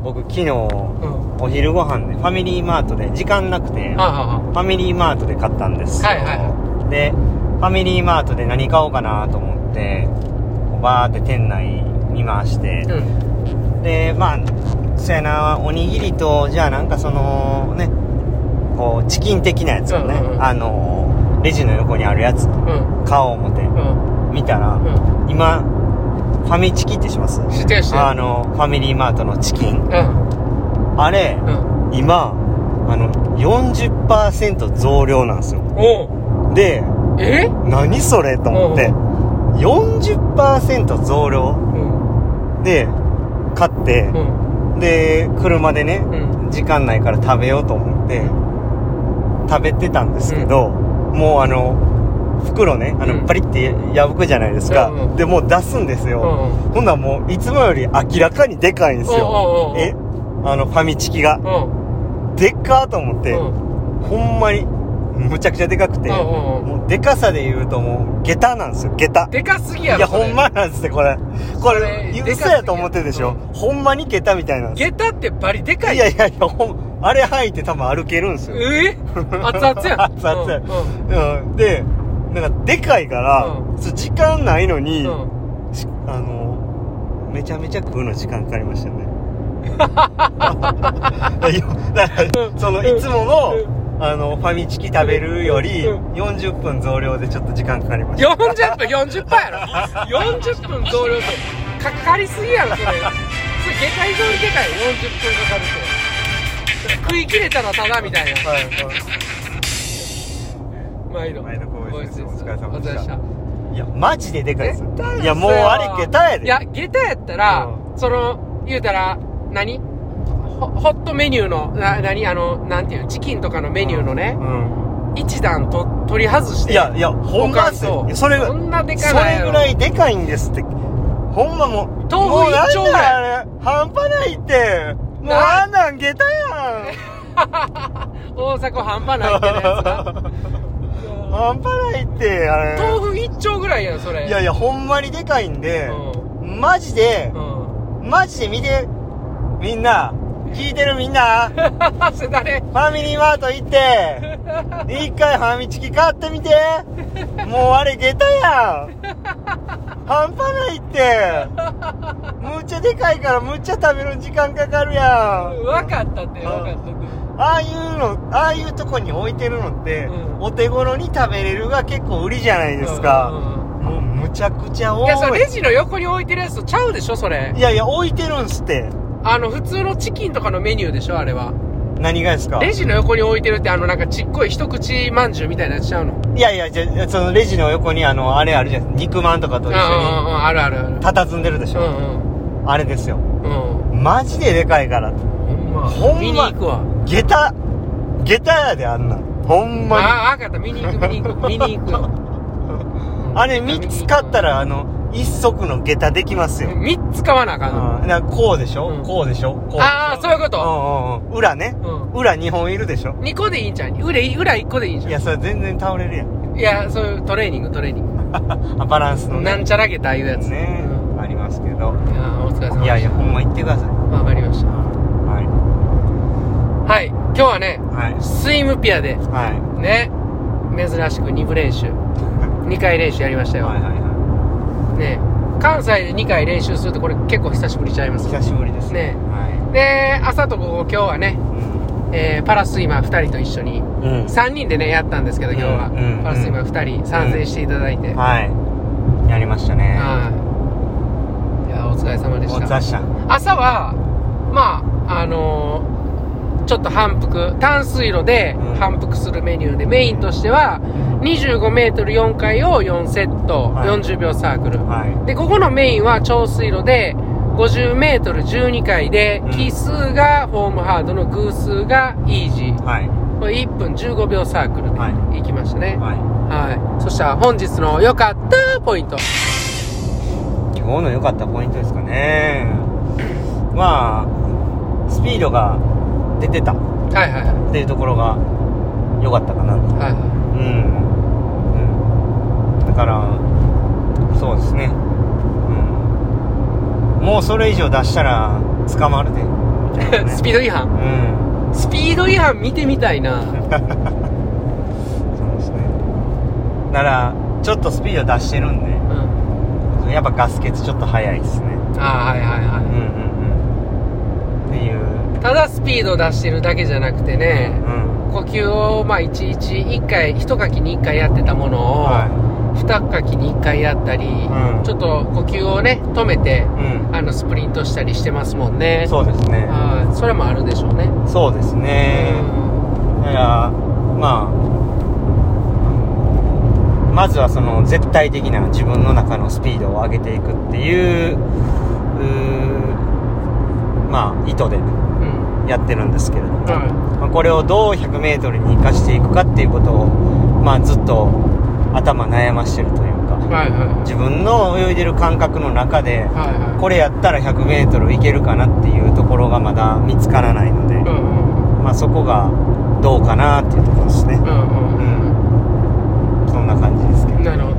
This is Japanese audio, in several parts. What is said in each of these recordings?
僕昨日、お昼ご飯でファミリーマートで時間なくて、ファミリーマートで買ったんですよ、でファミリーマートで何買おうかなと思ってバーって店内見回して、でまあそうやな、おにぎりとじゃあなんかそのねこうチキン的なやつをね、レジの横にあるやつ、買おう思って、見たら、今ファミチキってします？ 知ってるファミリーマートのチキン、あれ、今40% 増量なんですよ。で何それと思って、40% 増量、で買って、で車でね、時間ないから食べようと思って食べてたんですけど、もう袋ね、パリって破くじゃないですか、でもう出すんですよ、ほんならもういつもより明らかにでかいんですよ、ファミチキが、でっかーと思って、ほんまにむちゃくちゃでかくて、もうでかさで言うともう下駄なんですよ、下駄でかすぎやろ。 いやほんまなんですね、これ嘘やと思ってるでしょ、ほんまに下駄みたいなんです。 下駄ってバリでかい。 いやあれ履いて多分歩けるんですよ。 熱々やん。 熱々やん。でなんかでかいから、時間ないのに、めちゃめちゃ食うの時間かかりましたね。だからそのいつものファミチキ食べるより40分増量でちょっと時間かかりました。 40分やろ。40分増量とかかりすぎやろ、それ。それ下界以上にでかい。40分かかると食い切れたらただみたいな。毎度光栄です。お疲れ様でした。 いやマジででかいです。いやもうあれ下駄やで。 いや下駄やったら、その言うたらホットメニューのなんていうチキンとかのメニューのね、一段と取り外して。いやほんまっすよ。それそんなでかないやろ。 それぐらいでかいんですって。ほんまもう豆腐一丁ぐらい。 半端ないって。もうあんなん下駄やん。 大阪半端ないってやつが。 半端ないってあれ。 豆腐一丁ぐらいやんそれ。 いやほんまにでかいんで、マジで見て、みんな聞いてるみんなそれ誰？ ファミリーマート行って一回ファミチキ買ってみて。もうあれ下駄やん。半端ないって。むっちゃでかいからむっちゃ食べる時間かかるやん。 分かったって。 ああいうとこに置いてるのって、お手頃に食べれるが結構売りじゃないですか。もうむちゃくちゃ多い。 いやそれレジの横に置いてるやつとちゃうでしょそれ。 いや置いてるんすって。 普通のチキンとかのメニューでしょあれは。 何がですか？ レジの横に置いてるってなんかちっこい一口まんじゅうみたいなやつちゃうの？ いやじゃそのレジの横にあれあるじゃん、肉まんとかと一緒にある佇んでるでしょ、あれですよ、マジででかいからほんま見に行くわ。 下駄やであんなほんまに。 分かった、見に行くよ。 あれ3つ買ったら一足の下駄できますよ。 3つ買わなあかんの。 こうでしょ、こうでしょ。 ああそういうこと。 裏ね、裏2本いるでしょ。 2個でいいんちゃう？裏1個でいいんちゃう？ いやそれ全然倒れるやん。 いやそういうトレーニングバランスのね、 なんちゃら下駄いうやつね、ありますけど。いやお疲れ様でした。 いやほんま言ってください。 わかりました。はい今日はね、スイムピアでね珍しく2部練習2回練習やりましたよ。ね、関西で2回練習するってこれ結構久しぶりちゃいます？ 久しぶりですね。 で朝と午後今日はね、パラスイマー2人と一緒に、3人でねやったんですけど今日は、パラスイマー2人参戦していただいて、 やりましたね。 いやお疲れ様でした。朝はまあちょっと淡水路で反復するメニューで、メインとしては25メートル4回を4セット、40秒サークル、でここのメインは長水路で50メートル12回で、奇数がフォームハードの偶数がイージー、これ1分15秒サークルでいきましたね。そしたら本日の良かったポイント。 今日の良かったポイントですかね。まあスピードが出てたっていうところが良かったかな。だからそうですね、もうそれ以上出したら捕まるで。 ってますね。 スピード違反、スピード違反見てみたいな。 そうですね。だからちょっとスピード出してるんで、やっぱガス欠ちょっと早いですね。 はいはいはい。 っていう。 ただスピード出してるだけじゃなくてね、呼吸をまあ1回1かきに1回やってたものを、2かきに1回やったり、ちょっと呼吸をね止めて、スプリントしたりしてますもんね。 そうですね。 それもあるでしょうね。 そうですね。だからまあまずはその絶対的な自分の中のスピードを上げていくっていうまあ意図でやってるんですけれども、まあ、これをどう 100m に生かしていくかっていうことを、まあ、ずっと頭悩ましてるというか、自分の泳いでる感覚の中で、これやったら 100m いけるかなっていうところがまだ見つからないので、まあ、そこがどうかなっていうところですね。そんな感じですけど。 なるほど。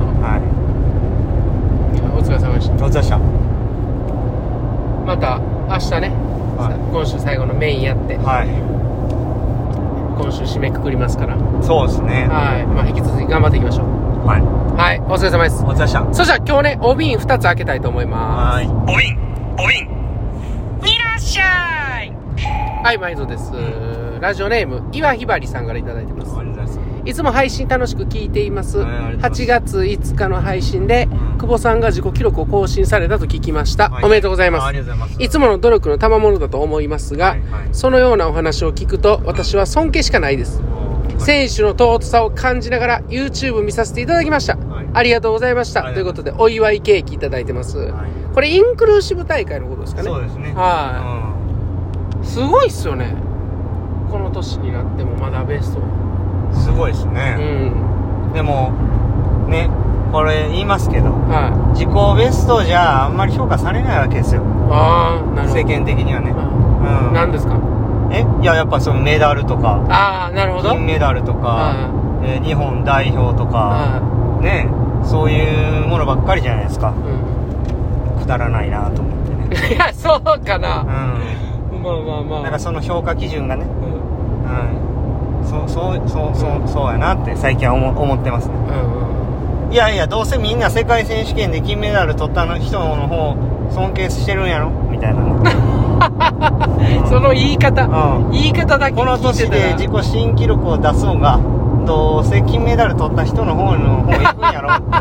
お疲れ様でした。 お疲れ様でした。 また明日ね、今週最後のメインやって、今週締めくくりますから。 そうですね。 まあ、引き続き頑張っていきましょう。お疲れ様です。 お疲れ様でした。 そしたら今日ね、お瓶2つ開けたいと思います。 お瓶いらっしゃい。毎度です。ラジオネーム岩ひばりさんからいただいてます。いつも配信楽しく聞いています。8月5日の配信で、久保さんが自己記録を更新されたと聞きました。おめでとうございます。いつもの努力の賜物だと思いますが、そのようなお話を聞くと私は尊敬しかないです。選手の尊さを感じながら YouTube 見させていただきました。ありがとうございました。ということでお祝いケーキいただいてます。これインクルーシブ大会のことですかね。 そうですね。 すごいっすよね。この年になってもまだベスト。 すごいですね。でもね、これ言いますけど、自己ベストじゃあんまり評価されないわけですよ。 なるほど。 世間的にはね。 何ですか？ いや、やっぱそのメダルとか、 なるほど。 金メダルとか、日本代表とか、ね、そういうものばっかりじゃないですか。くだらないなと思ってね。 いや、そうかな。まあ。 なんかその評価基準がね、そうやなって最近は思ってますね。いやどうせみんな世界選手権で金メダル取った人の方尊敬してるんやろみたいなね。 その言い方だけこの年で自己新記録を出そうがどうせ金メダル取った人の方行くんやろって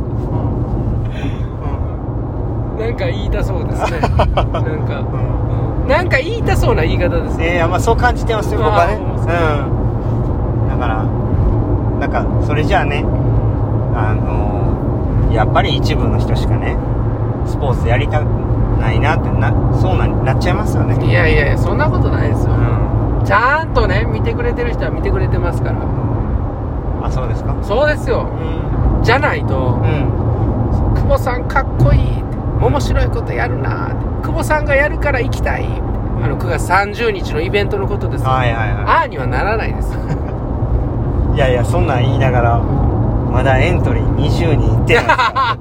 なんか言いたそうですね。なんか言いたそうな言い方ですね。 まあそう感じてますよ、僕はね。だからなんかそれじゃあね、やっぱり一部の人しかねスポーツやりたくないなってそうなっちゃいますよね。 いやそんなことないですよ。ちゃんとね見てくれてる人は見てくれてますから。 そうですか。 そうですよ。じゃないと、久保さんかっこいいって、面白いことやるなって、久保さんがやるから行きたい、9月30日のイベントのことです。にはならないです。 いやそんなん言いながらまだエントリー20人いってないです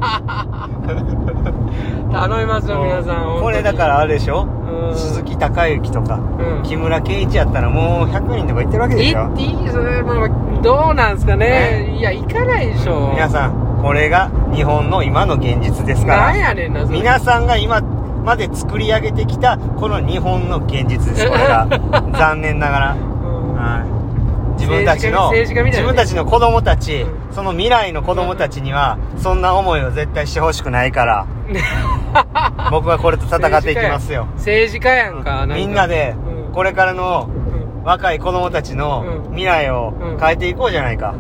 から頼みますよ皆さん。 これだからあれでしょ、鈴木孝之とか、木村敬一やったらもう100人とか行ってるわけでしょ。 行っていいそれ、どうなんですかね。いや行かないでしょ。 皆さんこれが日本の今の現実ですから。 なんやねんなそれ。 皆さんが今まで作り上げてきたこの日本の現実です。これが残念ながら、自分たちの子供たち、その未来の子供たちにはそんな思いを絶対してほしくないから僕はこれと戦っていきますよ。 政治家やんか。 みんなでこれからの若い子供たちの未来を変えていこうじゃないか。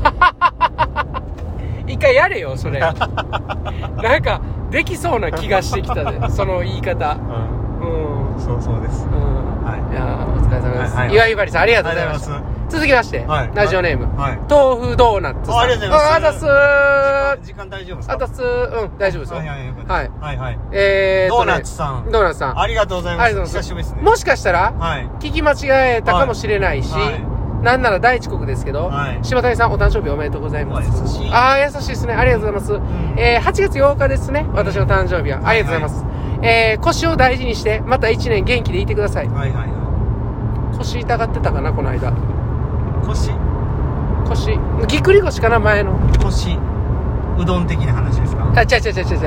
一回やれよそれ。なんかできそうな気がしてきたでその言い方。 そうです。 いやお疲れ様です。岩井ゆばりさんありがとうございます。続きまして、ラジオネーム、豆腐ドーナツさん。 ありがとうございます。 時間大丈夫ですか？大丈夫ですよ。ドーナツさんありがとうございます。久しぶりですね。 もしかしたら、聞き間違えたかもしれないし、なんなら第一国ですけど、柴谷さんお誕生日おめでとうございます。優しいですね。ありがとうございます。8月8日ですね、私の誕生日は。ありがとうございます。 腰を大事にしてまた1年元気でいてください。 はいはいはい。 腰痛がってたかなこの間。 腰ぎっくり腰かな前の。 腰うどん的な話ですか？ あ、違う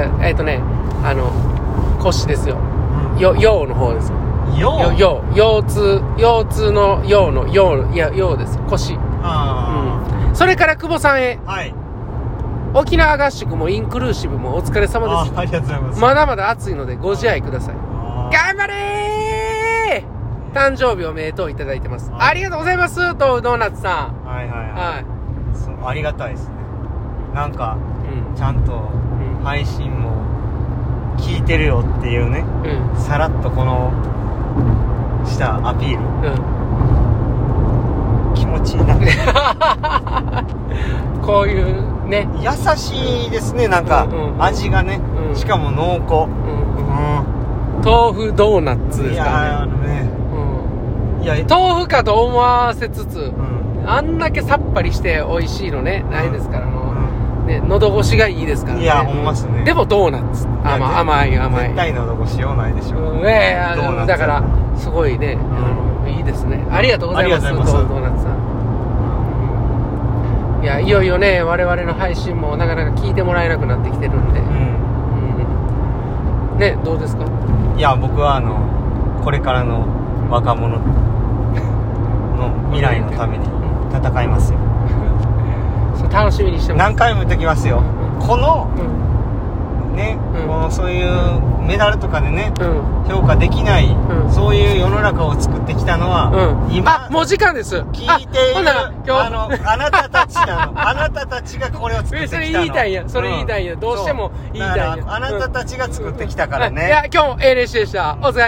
腰ですよ。腰の方ですよ。腰痛の腰の腰ですよ。腰。それから久保さんへ。はい。沖縄合宿もインクルーシブもお疲れ様です。 ありがとうございます。 まだまだ暑いのでご自愛ください。頑張れー。誕生日おめでとういただいてます。ありがとうございます。ドーナツさん。はい。 ありがたいですね。なんか、ちゃんと配信も聞いてるよっていうね、さらっとこのしたアピール、気持ちいいな。こういうね、優しいですね。なんか、味がね、しかも濃厚。豆腐ドーナツですからね。豆腐かと思わせつつ、あんだけさっぱりして美味しいのねないですからね、喉越しがいいですからね。いやほんまっすね。でもドーナツ甘い絶対喉越しようないでしょ。だからすごいね、いいですね。ありがとうございます。ドーナツさん。いやいよいよね我々の配信もなかなか聞いてもらえなくなってきてるんで、ね、どうですか？いや僕はこれからの若者の未来のために戦いますよ。楽しみにしてます。何回も言ってきますよ。このね、そういうメダルとかでね、評価できない、そういう世の中を作ってきたのは、今もう時間です。聞いているあなたたちなの。あなたたちがこれを作ってきたの。それ言いたいんや。どうしても言いたいんや。あなたたちが作ってきたからね。いや今日も練習でした。お疲れ。